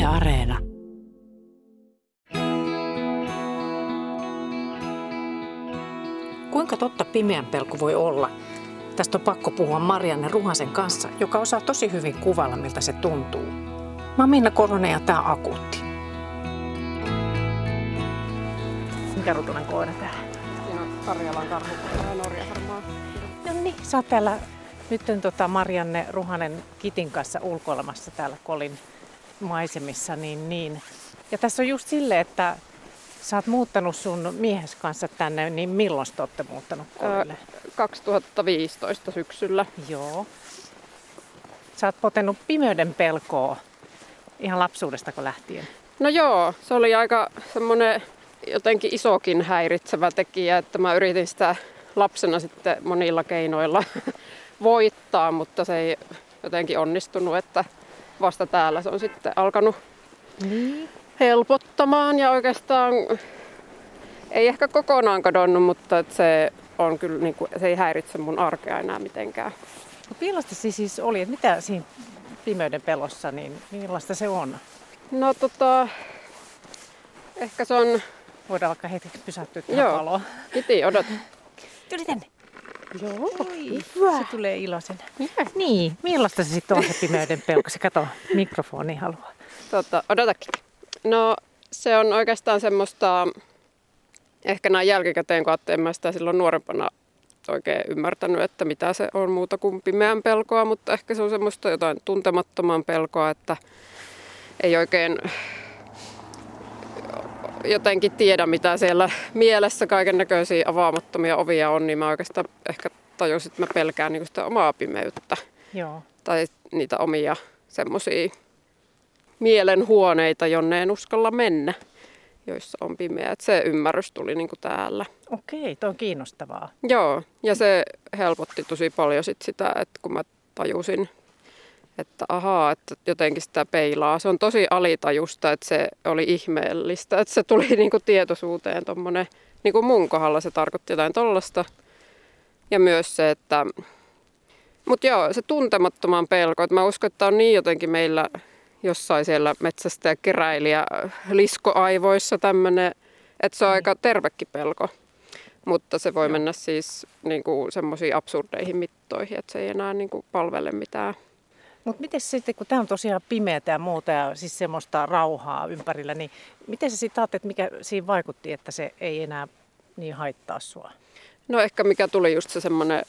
Areena. Kuinka totta pimeän pelko voi olla? Tästä on pakko puhua Marianne Ruhasen kanssa, joka osaa tosi hyvin kuvailla, miltä se tuntuu. Mä oon Minna Koronen ja tää on Akuutti. Mikä rutunen koira tää? Siinä on Karjalan karhukoira ja Norjan harmaa. No niin, sä oot täällä nyt Marianne Ruhanen Kitin kanssa ulkoilemassa täällä Kolin maisemissa. Niin. Ja tässä on just silleen, että sä oot muuttanut sun miehes kanssa tänne, niin milloin te ootte muuttanut Kolille? 2015 syksyllä. Joo. Sä oot potenut pimeyden pelkoa ihan lapsuudestako lähtien. No joo, se oli aika semmoinen jotenkin isokin häiritsevä tekijä, että mä yritin sitä lapsena sitten monilla keinoilla voittaa, mutta se ei jotenkin onnistunut, että vasta täällä se on sitten alkanut helpottamaan ja oikeastaan ei ehkä kokonaan kadonnut, mutta että se on kyllä niin kuin, se ei häiritse mun arkea enää mitenkään. No millaista se siis oli, että mitä siinä pimeyden pelossa, niin millaista se on? No ehkä se on... Voidaan vaikka hetkeksi pysähtyä tähän valoon. Kiti, odota. Tuli tänne. Joo, hyvä. Se tulee iloisena. Niin, millaista se sitten on se pimeyden pelko? Se kato, mikrofoni haluaa. Odotakin. No se on oikeastaan semmoista, ehkä näin jälkikäteen, kun en mä sitä silloin nuorempana oikein ymmärtänyt, että mitä se on muuta kuin pimeän pelkoa, mutta ehkä se on semmoista jotain tuntemattoman pelkoa, että ei oikein jotenkin tiedä, mitä siellä mielessä kaiken näköisiä avaamattomia ovia on, niin mä oikeastaan ehkä tajusin, että mä pelkään niin sitä omaa pimeyttä. Joo. Tai niitä omia semmoisia mielenhuoneita, jonne en uskalla mennä, joissa on pimeä. Et se ymmärrys tuli niin kuin täällä. Okei, toi on kiinnostavaa. Joo, ja se helpotti tosi paljon sitä, että kun mä tajusin, että ahaa, että jotenkin sitä peilaa. Se on tosi alitajusta, että se oli ihmeellistä, että se tuli niin kuin tietoisuuteen tommonen, niin kuin mun kohdalla se tarkoitti jotain tollasta. Ja myös se, että, mutta joo, se tuntemattoman pelko, että mä uskon, että on niin jotenkin meillä jossain siellä metsästä ja keräilijä liskoaivoissa tämmöinen, että se on aika tervekin pelko. Mutta se voi mennä siis niin kuin semmoisiin absurdeihin mittoihin, että se ei enää niin kuin palvele mitään. Mutta miten sitten, kun tämä on tosiaan pimeätä ja muuta ja siis semmoista rauhaa ympärillä, niin miten sä sitten ajattelet, mikä siinä vaikutti, että se ei enää niin haittaa sua? No ehkä mikä tuli just se semmoinen,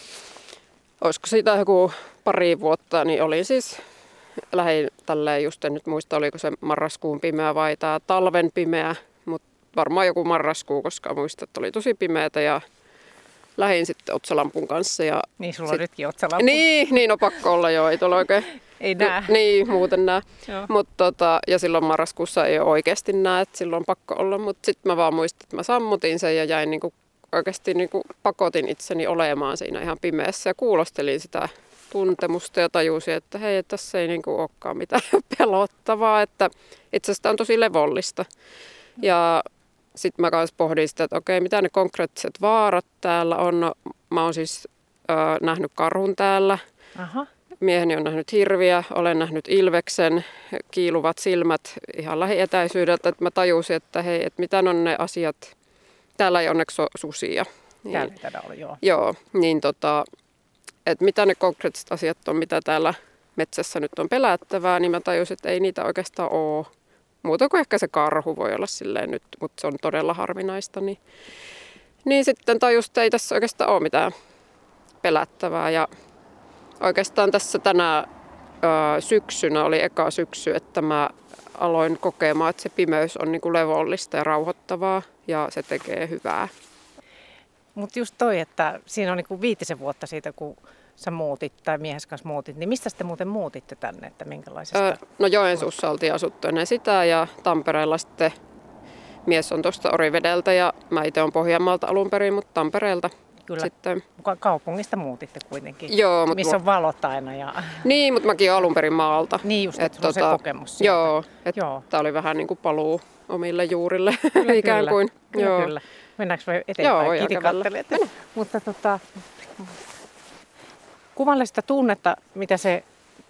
olisiko siitä joku pari vuotta, niin oli siis lähin tälleen just, en nyt muista oliko se marraskuun pimeä vai tämä talven pimeä, mutta varmaan joku marraskuu, koska muistan, että oli tosi pimeätä ja lähdin sitten otsalampun kanssa. Ja niin, sulla on nytkin otsalampu. Niin on pakko olla joo, ei tuolla oikein. Ei näe. Niin, muuten näe. Ja silloin marraskuussa ei ole oikeasti näe, että silloin on pakko olla. Mutta sitten mä vaan muistin, että mä sammutin sen ja jäin niinku, oikeasti niinku pakotin itseni olemaan siinä ihan pimeässä. Ja kuulostelin sitä tuntemusta ja tajusin, että hei, tässä ei niinku olekaan mitään pelottavaa. Että itse asiassa on tosi levollista. Ja sitten mä kanssa pohdin sitä, että okei, mitä ne konkreettiset vaarat täällä on. No, mä oon siis nähnyt karhun täällä. Aha. Mieheni on nähnyt hirviä, olen nähnyt ilveksen, kiiluvat silmät ihan lähietäisyydeltä. Että mä tajusin, että hei, että mitä on ne asiat. Täällä ei onneksi ole susia. Täällä ei taida olla, joo. Joo, niin että mitä ne konkreettiset asiat on, mitä täällä metsässä nyt on pelättävää, niin mä tajusin, että ei niitä oikeastaan ole. Muuta kuin ehkä se karhu voi olla silleen nyt, mutta se on todella harvinaista. Niin sitten tajusin, että ei tässä oikeastaan ole mitään pelättävää. Ja oikeastaan tässä tänä syksynä oli eka syksy, että mä aloin kokemaan, että se pimeys on niinku levollista ja rauhoittavaa ja se tekee hyvää. Mutta just toi, että siinä on niinku 5 vuotta siitä, kun sä muutit tai miehes kanssa muutit, niin mistä te muuten muutitte tänne, että minkälaisesta? No Joensuussa oltiin asuttu ennen sitä ja Tampereella sitten mies on tuosta Orivedeltä ja mä itse olen Pohjanmaalta alun perin, mutta Tampereelta. Kyllä, sitten. Kaupungista muutitte kuitenkin, joo, missä on valot aina. Ja niin, mutta mäkin olen alun perin maalta. Niin just, että se kokemus sieltä. Joo, että tämä oli vähän niin kuin paluu omille juurille kyllä, ikään kuin. Kyllä. Mennäänkö me eteenpäin? Joo, Kiti kattelee. Mutta kuvaile sitä tunnetta, mitä se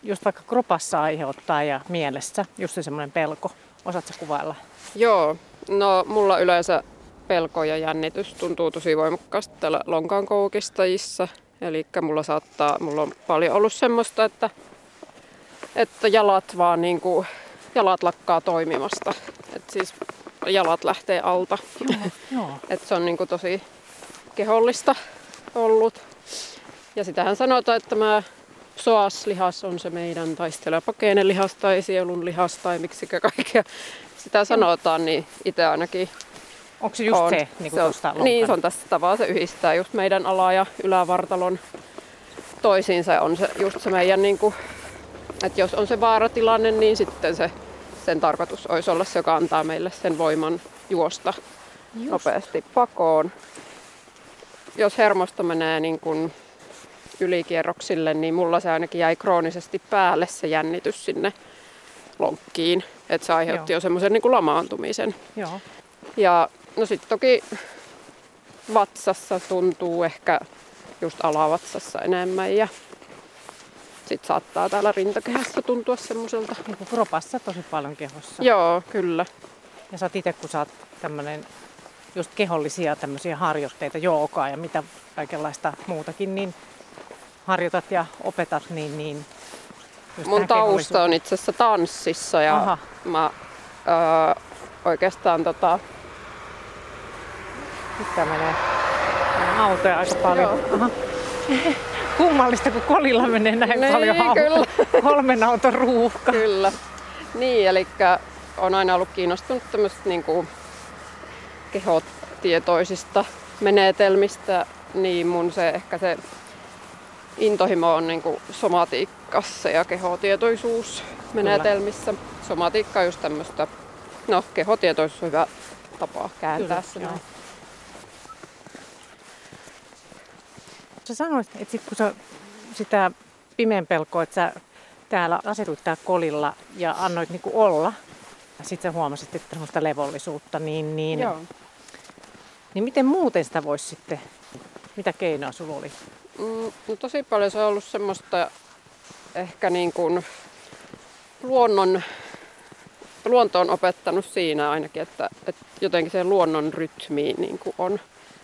just vaikka kropassa aiheuttaa ja mielessä, just semmoinen pelko? Osaatko kuvailla? Joo, no mulla yleensä pelko ja jännitys tuntuu tosi voimakkaasti täällä lonkankoukistajissa. Eli mulla on paljon ollut semmoista, että jalat lakkaa toimimasta. Että siis jalat lähtee alta. Joo. Että se on niin kuin tosi kehollista ollut. Ja sitähän sanotaan, että psoaslihas on se meidän taistele- ja pakene-lihas tai sielun lihas tai miksikä kaikkea sitä sanotaan, niin itse ainakin onko se just on. se? Niin, Niin, se on tässä tavalla, se yhdistää just meidän ala- ja ylävartalon toisiinsa. On se just se meidän, niin kuin, että jos on se vaaratilanne, niin sitten sen tarkoitus olisi olla se, joka antaa meille sen voiman juosta nopeasti pakoon. Jos hermosto menee niin kuin ylikierroksille, niin mulla se ainakin jäi kroonisesti päälle se jännitys sinne lonkkiin. Että se aiheutti jo semmoisen niin kuin lamaantumisen. Joo. Ja no sitten toki vatsassa tuntuu ehkä just alavatsassa enemmän ja sitten saattaa täällä rintakehässä tuntua semmoiselta. Niin kuin kropassa tosi paljon kehossa. Joo, kyllä. Ja sä oot itse, kun sä oot tämmönen just kehollisia tämmöisiä harjoitteita, joogaa ja mitä kaikenlaista muutakin, niin harjoitat ja opetat, niin mun tausta on itse asiassa tanssissa ja mä oikeastaan nyt tää menee autoja aika paljon. Aha. Kummallista, kun kolilla menee näin paljon kyllä. 3 auton ruuhka. Kyllä. Niin, eli on aina ollut kiinnostunut tämmöistä niinku kehotietoisista menetelmistä, niin mun ehkä se intohimo on niinku somatiikassa ja kehotietoisuusmenetelmissä. Somatiikka on just tämmöistä, no kehotietoisuus on hyvä tapa kääntää se näin. Sä sanoit, että sit kun sä sitä pimeän pelkoa, että sä täällä asetuit täällä kolilla ja annoit niinku olla, ja sit sä huomasit, että semmoista levollisuutta, niin miten muuten sitä voisi sitten, mitä keinoa sulla oli? No tosi paljon se on ollut semmoista ehkä niin kuin luonto on opettanut siinä ainakin, että jotenkin se luonnon rytmi niin kuin on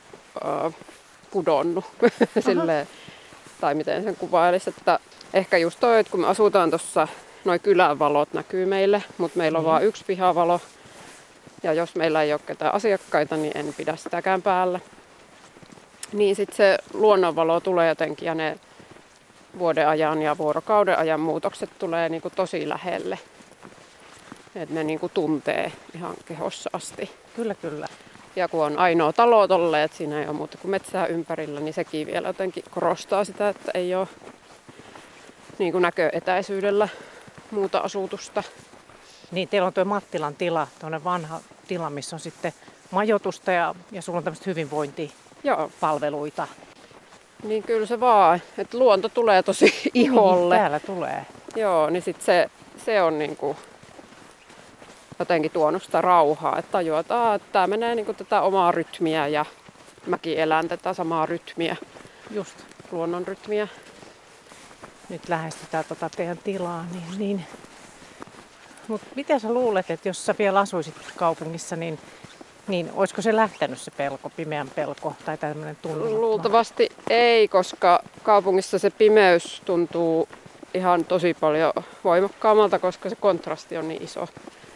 pudonnut silleen, tai miten sen kuvailisi, että ehkä just toi, että kun me asutaan tuossa, noi kylän valot näkyy meille, mutta meillä on vain yksi pihavalo, ja jos meillä ei ole ketään asiakkaita, niin en pidä sitäkään päällä. Niin sitten se luonnonvalo tulee jotenkin, ja ne vuoden ajan ja vuorokauden ajan muutokset tulee niinku tosi lähelle. Että ne niinku tuntee ihan kehossa asti. Kyllä, kyllä. Ja kun on ainoa talo tolle, että siinä ei ole muuta kuin metsää ympärillä, niin sekin vielä jotenkin korostaa sitä, että ei ole niin kuin näköetäisyydellä muuta asutusta. Niin, teillä on tuo Mattilan tila, tuonne vanha tila, missä on sitten majoitusta ja sulla on tämmöistä hyvinvointipalveluita. Niin kyllä se vaan, että luonto tulee tosi iholle. Niin, täällä tulee. Joo, niin sitten se on niinku jotenkin tuonut sitä rauhaa, että tajuaa, että tämä menee niinku tätä omaa rytmiä ja mäkin elän tätä samaa rytmiä. Just. Luonnon rytmiä. Nyt lähestytään teidän tilaa, niin. Mutta mitä sä luulet, että jos sä vielä asuisit kaupungissa, niin olisiko se lähtenyt se pelko, pimeän pelko tai tämmöinen tunne? Luultavasti ei, koska kaupungissa se pimeys tuntuu ihan tosi paljon voimakkaammalta, koska se kontrasti on niin iso.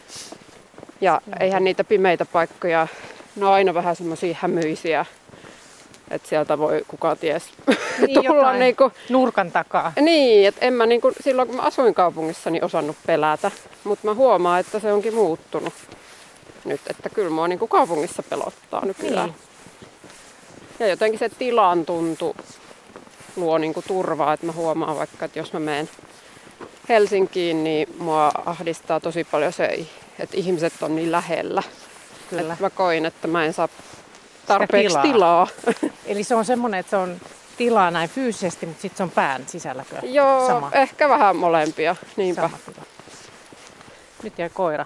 Ja eihän niitä pimeitä paikkoja, ne on aina vähän semmoisia hämyisiä, että sieltä voi kuka ties tulla niinku nurkan takaa. Niin, että en mä niinku, silloin kun mä asuin kaupungissa, niin osannut pelätä, mutta mä huomaan, että se onkin muuttunut nyt, että kyllä mua niinku kaupungissa pelottaa nykyään. Niin. Ja jotenkin se tilan tuntu luo niinku turvaa, että mä huomaan vaikka, että jos mä menen Helsinkiin, niin mua ahdistaa tosi paljon se, että ihmiset on niin lähellä. Että mä koin, että mä en saa tarpeeksi tilaa. Eli se on semmoinen, että se on tilaa näin fyysisesti, mutta sitten se on pään sisälläkö? Joo, sama? Ehkä vähän molempia. Niinpä. Nyt jäi koira.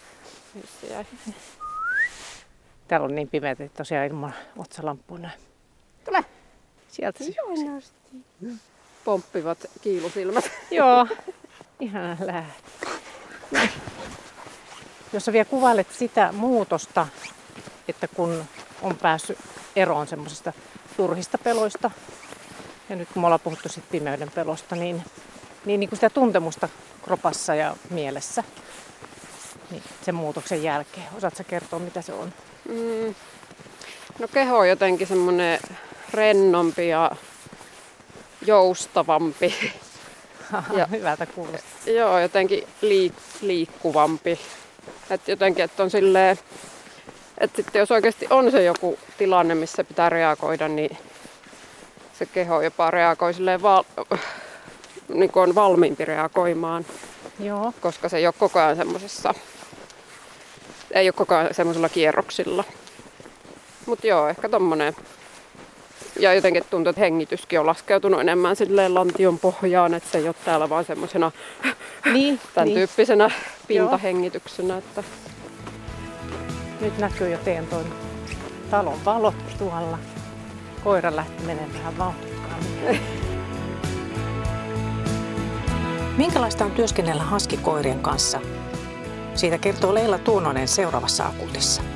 Täällä on niin pimeätä, että tosiaan ilman otsalampua näin. Tule! Sieltä se pomppivat kiilusilmät. Joo. Ihana lähti. Jos sä vielä kuvailet sitä muutosta, että kun on päässyt eroon semmoisista turhista peloista, ja nyt kun me ollaan puhuttu sit pimeyden pelosta, niin kuin sitä tuntemusta kropassa ja mielessä, niin sen muutoksen jälkeen. Osaatko sä kertoa, mitä se on? No keho on jotenkin semmoinen rennompi ja joustavampi. Ja, hyvältä kuulostaa. Joo, jotenkin liikkuvampi. Että jotenkin, että on silleen, että sitten jos oikeasti on se joku tilanne, missä pitää reagoida, niin se keho jopa reagoi silleen niin kuin on valmiimpi reagoimaan. Joo. Koska se ei ole koko ajan semmoisilla kierroksilla. Mutta joo, ehkä tommonen. Ja jotenkin tuntuu, että hengityskin on laskeutunut enemmän silleen lantion pohjaan, että se ei ole täällä vaan semmosena tämän tyyppisenä pintahengityksenä. Että... Nyt näkyy jo teidän tuon talon valot tuolla. Koira lähti menemään vähän vauhdikkaammin. Minkälaista on työskennellä haskikoirien kanssa? Siitä kertoo Leila Tuunonen seuraavassa akuutissa.